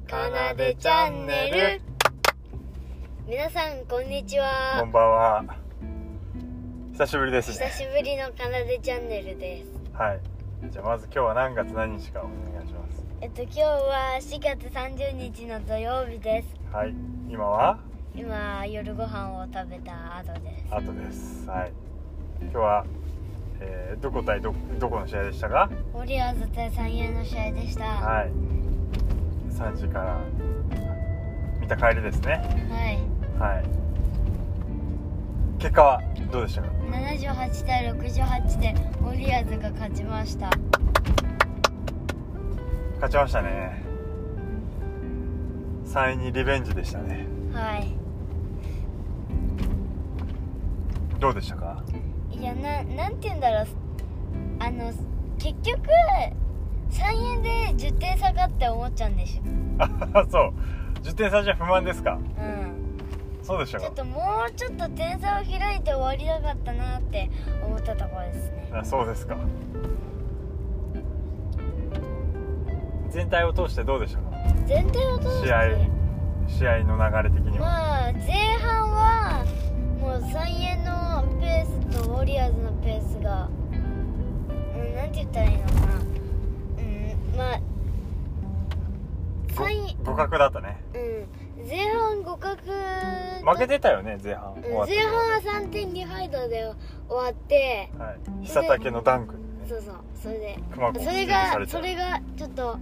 かなでチャンネル。皆さんこんにちは。 こんばんは。久しぶりですね。 久しぶりのかなでチャンネルです。 はい。じゃあまず今日は何月何日かお願いします。 今日は4月30日の土曜日です。 はい。今夜ご飯を食べた後です。 後です。はい。今日は、どこ対どこの試合でしたか？ ウォリアーズ対三栄の試合でした。 はい。3時から見た帰りですね。はい。はい。結果はどうでしたか ？78対68でウォリアーズが勝ちました。 勝ちましたね。3位にリベンジでしたね。 はい。 どうでしたか？ いや、なんて言うんだろう、結局3円で10点差かって思っちゃうんでしょ。 あ、そう10点差じゃ不満ですか？そうでしょう。 ちょっともうちょっと点差を開いて終わりたかったなって思ったところですね。 あ、そうですか。全体を通してどうでしたか？ 全体を通して試合の流れ的には、 まあ前半はもう三円のペースとウォリアーズのペースがなんて言ったらいいのかな、まあ互角だったね。 前半互角負けてたよね。前半前半は3点2ファイトで終わって、 はい、久武のダンク、ね、 そうそれでそれがちょっと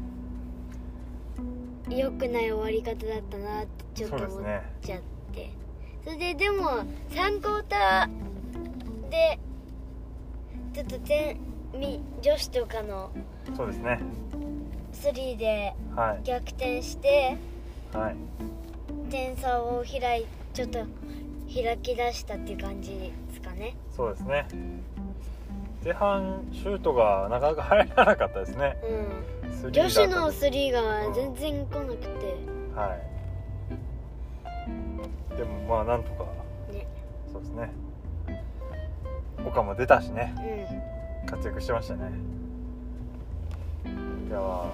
良くない終わり方だったなってちょっと思っちゃって、それででも3クォーターでちょっと女子とかのそうですねスリーで逆転して、 はい、 点差をちょっと開き出したっていう感じですかね。 そうですね。前半シュートがなかなか入らなかったですね。 女子のスリーが全然来なくて、 はい。でもまあなんとか、 ね、 そうですね。岡も出たしね、活躍してましたね。では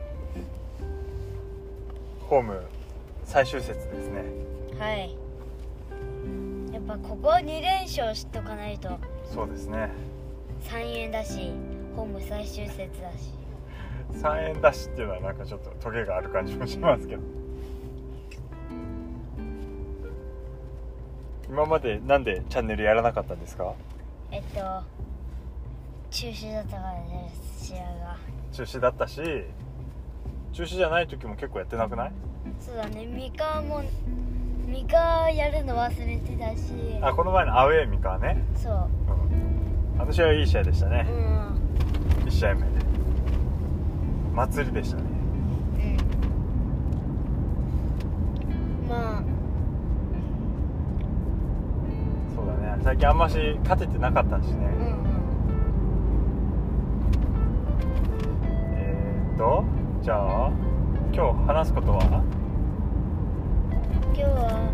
ホーム最終節ですね。 はい。やっぱここ2連勝しとかないと。 そうですね。 3円だしホーム最終節だし。 3円だしっていうのはなんかちょっとトゲがある感じもしますけど、今までなんでチャンネルやらなかったんですか？ 中止だったからね、試合が中止だったし、中止じゃない時も結構やってなくない？ そうだね。三河やるの忘れてたし、 この前のアウェー三河ね。 そう、 あの試合はいい試合でしたね。1試合目で祭りでしたね。 まあそうだね。最近あんまし勝ててなかったしね。じゃあ今日話すことは？ 今日は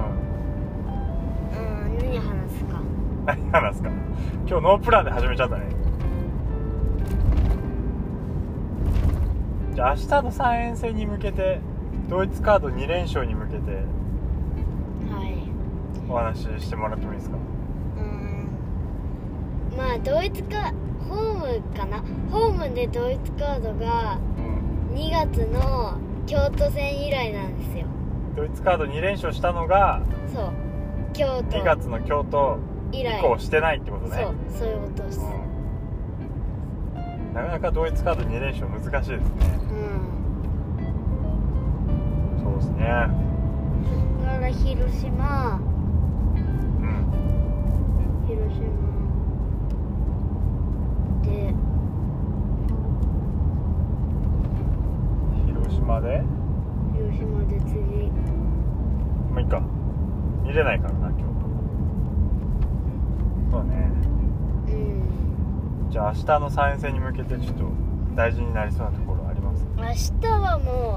何話すか？ 今日ノープランで始めちゃったね。じゃあ明日の3連戦に向けて、同一カード2連勝に向けてお話ししてもらってもいいですか？ まあホームかな。ホームで同一カードが2月の京都戦以来なんですよ。 ドイツカード2連勝したのが、 そう、京都 2月の京都以降してないってことね。 そういうことです。 なかなかドイツカード2連勝難しいですね。そうですね。 だから広島で次まあいいか、見れないからな今日。そうね。じゃあ明日の3連戦に向けてちょっと大事になりそうなところあります？ 明日はも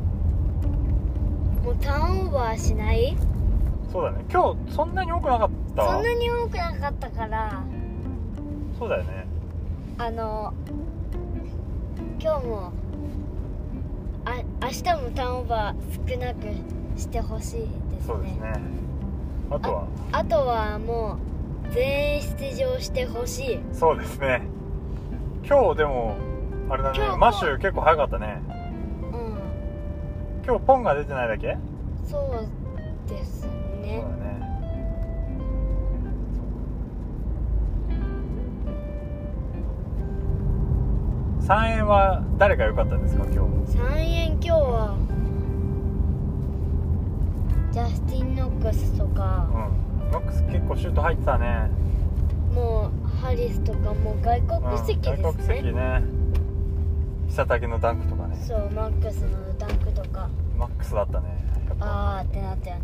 うターンオーバーしない？ そうだね。今日そんなに多くなかったわ。 そんなに多くなかったから。 そうだよね。 今日も明日もターンオーバー少なくしてほしいですね。 そうですね。あとはもう全員出場してほしい。 そうですね。今日でもあれだね、マッシュ結構早かったね。 うん。 今日ポンが出てないだけ？ そうですね。 そうだね。3円は誰が良かったですか今日 ？3円今日はジャスティン・ノックスとか、 ノックス結構シュート入ってたね。 もうハリスとかもう外国籍ですね。 外国籍ね。久竹のダンクとかね。 そう、マックスのダンクとか。 マックスだったね。 あーってなったよね。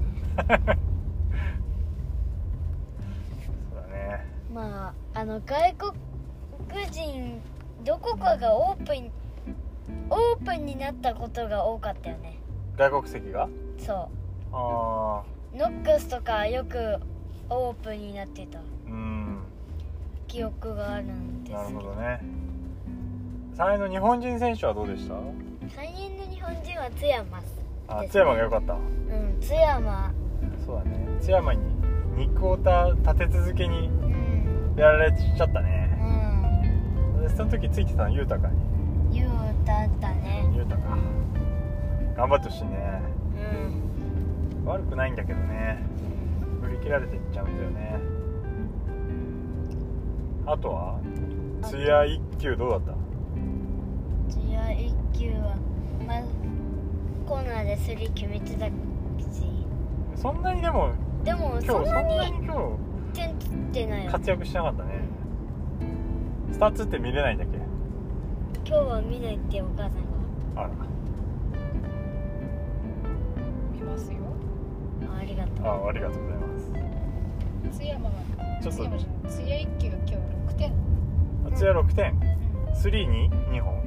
そうだね。 まあ外国人どこかがオープンになったことが多かったよね。 外国籍が？ そう。 あノックスとかよくオープンになってた記憶があるんですけど。 なるほどね。3円の日本人選手はどうでした？ 3円の日本人は津山です、ね。 津山が良かった。 津山。 そうだね。津山に2クォーター立て続けにやられちゃったね。その時ついてたのユータかに。 ユータだね。 ユータか。頑張ってほしいね。悪くないんだけどね。振り切られていっちゃうんだよね。あとはツヤ1球どうだった？ ツヤ1球はコーナーでスリー決めてたし、 そんなにでもそんなに今日点取ってないよ。 活躍しなかったね。スタッツって見れないんだっけ？ 今日は見ないってお母さんが。 あら。 見ますよ。 ありがとう。 ありがとうございます。 津山がちょっと津屋1球が今日6点。 津屋6点。スリーに2本。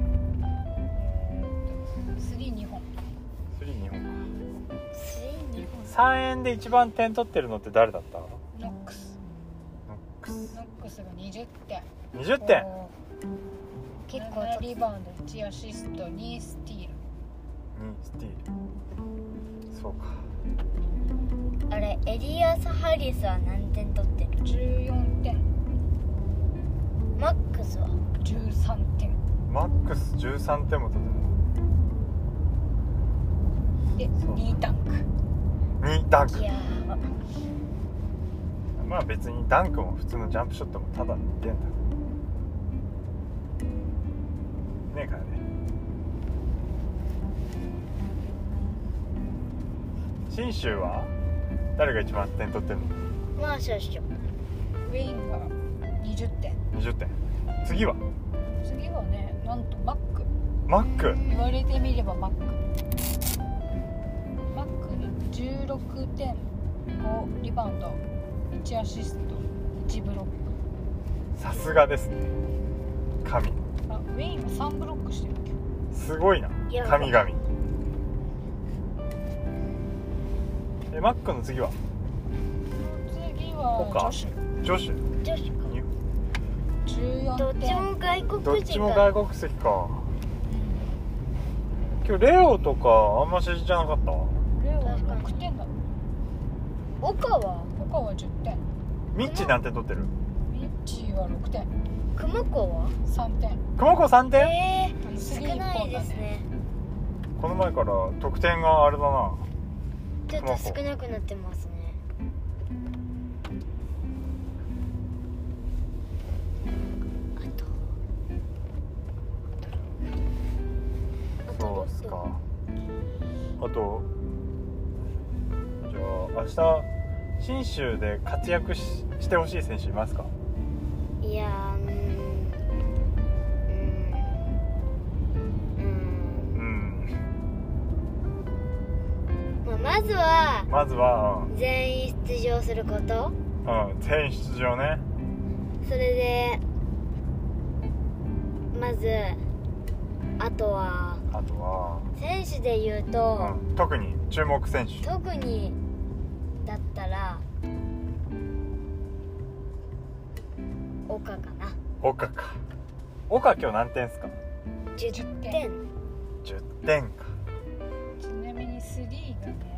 スリー2本。 スリー2本か。 スリー2本。 3円で一番点取ってるのって誰だった？ ノックス。ノックスが20点。 20点。 結構 7リバウンド、1アシスト、2スティール。 2スティール。そうか。 あれエリアス・ハリスは何点取ってる ？14点。 マックスは 13点。 マックス13点も取ってる。で2ダンク。 2ダンク。 いやまあ別にダンクも普通のジャンプショットもただ2点だねえからね。信州は誰が一番点取ってるの？ まあ少々。 ウェインが20点。 20点。次はね、なんとマック。 言われてみればマック16点5リバウンド1アシスト1ブロック。 さすがですね。神。 ウェインが3ブロックしてる今日。すごいな。神々。マックの次は女子か。 14点。 どっちも外国籍か。 どっちも外国籍か。今日レオとかあんま知りじゃなかった？ レオは6点だ。 岡は 10点。 ミッチ何点取ってる？ ミッチは6点。 熊子は 3点。 熊子3点？ 少ないですね。 この前から得点があれだな。 ちょっと少なくなってますね。 そうっすか。あとじゃあ明日信州で活躍してほしい選手いますか？ いやまずは全員出場すること。 全員出場ね。 それでまずあとは選手で言うと、 特に注目選手だったら岡かな。 岡か。岡今日何点ですか？ 10点。 10点か。 3がね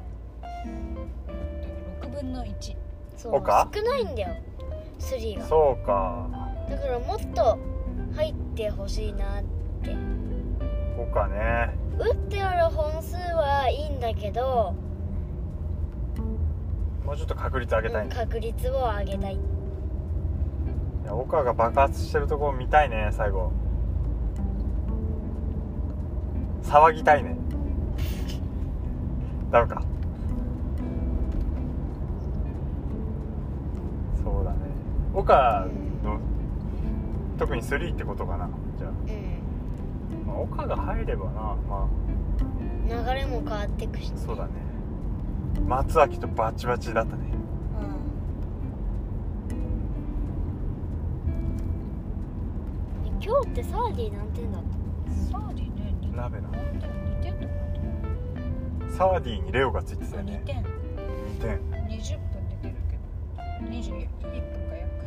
6分の1。 そう岡少ないんだよ3が。 そうか。 だからもっと入ってほしいなって。 岡ね。 打ってある本数はいいんだけど、 もうちょっと確率上げたいね。 確率を上げたい。 いや岡が爆発してるところ見たいね。最後騒ぎたいね。ダメか。そうだね。岡の特に3ってことかな。じゃあ、まあ、岡が入ればな、ま流れも変わってくし、 あそうだね。松脇とバチバチだったね。 今日ってサーディ何点だった？ サーディね、 鍋な。 2点とかサーディにレオがついてたよ 2 ね。 点。 2点。 20分で出るけど21分か約。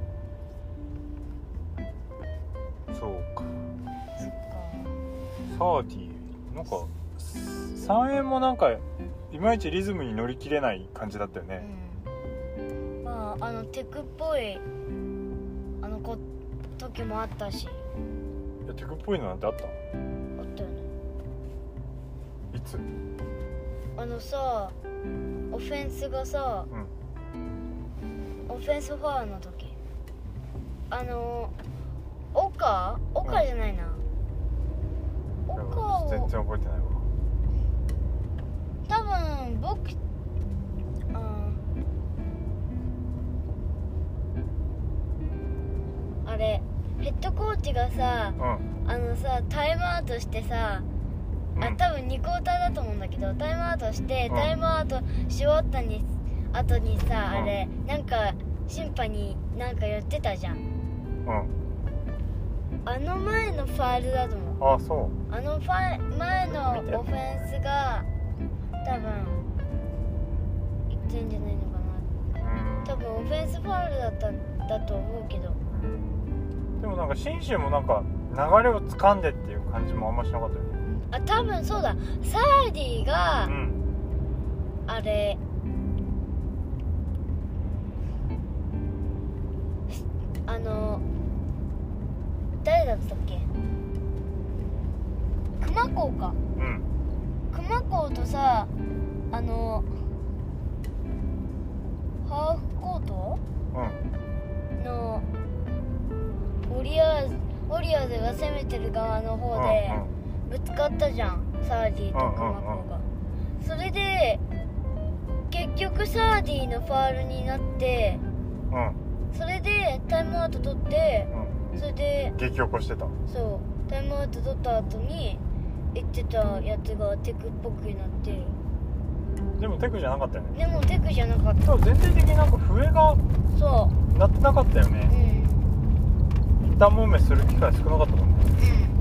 そうか。 そっか。 サーディなんか3円もなんかいまいちリズムに乗り切れない感じだったよね。 まあテクっぽい時もあったし。 いやテクっぽいのなんてあったの？ あったよね。 いつ？ さオフェンスがさ、オフェンスファーの時岡じゃないな、岡を全然覚えてないわ。 多分僕あれヘッドコーチがさ、タイムアウトしてさ、多分2クォーターだと思うんだけど、タイムアウトして、タイムアウトし終わった後にさ、あれなんか審判になんか言ってたじゃん。前のファウルだと思う。 あ、そう。 前のオフェンスが多分言ってんじゃないのかな。多分オフェンスファウルだと思うけど。 でもなんか信州もなんか流れを掴んでっていう感じもあんましなかったよね。 多分そうだ。サーディが、あれ誰だったっけ？熊高か。熊高とさ、ハーフコート、のウォリアーズが攻めてる側の方でぶつかったじゃん、サーディと熊高が。それで結局サーディのファウルになって、それでタイムアウト取って、それで激起こしてた。 そうタイムアウト取った後に言ってたやつがテクっぽくなって。 でもテクじゃなかったよね。 でもテクじゃなかった。 全体的になんか笛が鳴ってなかったよね。一旦もめする機会少なかったもんね。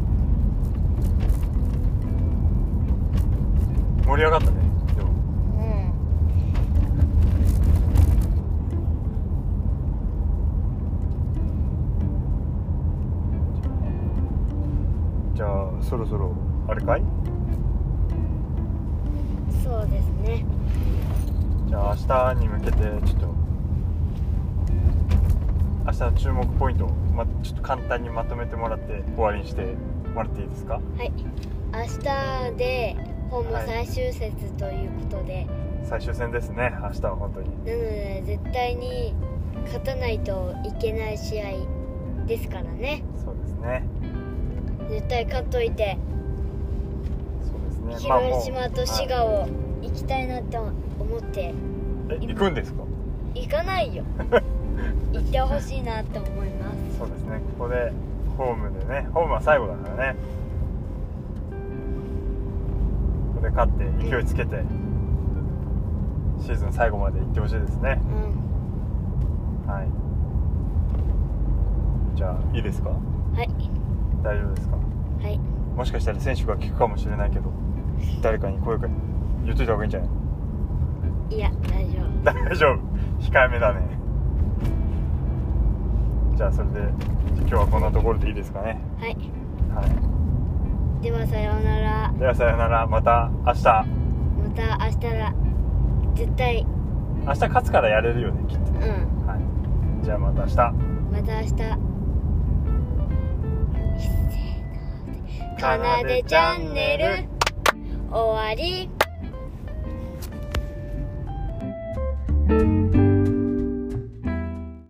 盛り上がったね。でもじゃあそろそろあれかい？ そうですね。 じゃあ明日に向けてちょっと明日の注目ポイントを、ちょっと簡単にまとめてもらって終わりにしてもらっていいですか？ はい。明日でホーム最終節ということで、 最終戦ですね。明日は本当に。 なので絶対に勝たないといけない試合ですからね。 そうですね。 絶対勝っといて。 そうですね。 広島と滋賀を行きたいなって思って。 行くんですか？ 行かないよ。行ってほしいなって思います。 そうですね。ここでホームでね、ホームは最後だからね。ここで勝って勢いつけて、シーズン最後まで行ってほしいですね。はい。じゃあいいですか？ はい。 大丈夫ですか？ はい。 もしかしたら選手が聞くかもしれないけど、誰かに声か言っといた方がいいんじゃない？ いや、大丈夫。 大丈夫。控えめだね。じゃあそれで今日はこんなところでいいですかね。 はい。 はい。 ではさようなら。 ではさようなら。また明日。 また明日ら絶対明日勝つからやれるよねきっと。 うんはい、じゃあまた明日。 また明日。かなでチャンネル終わり。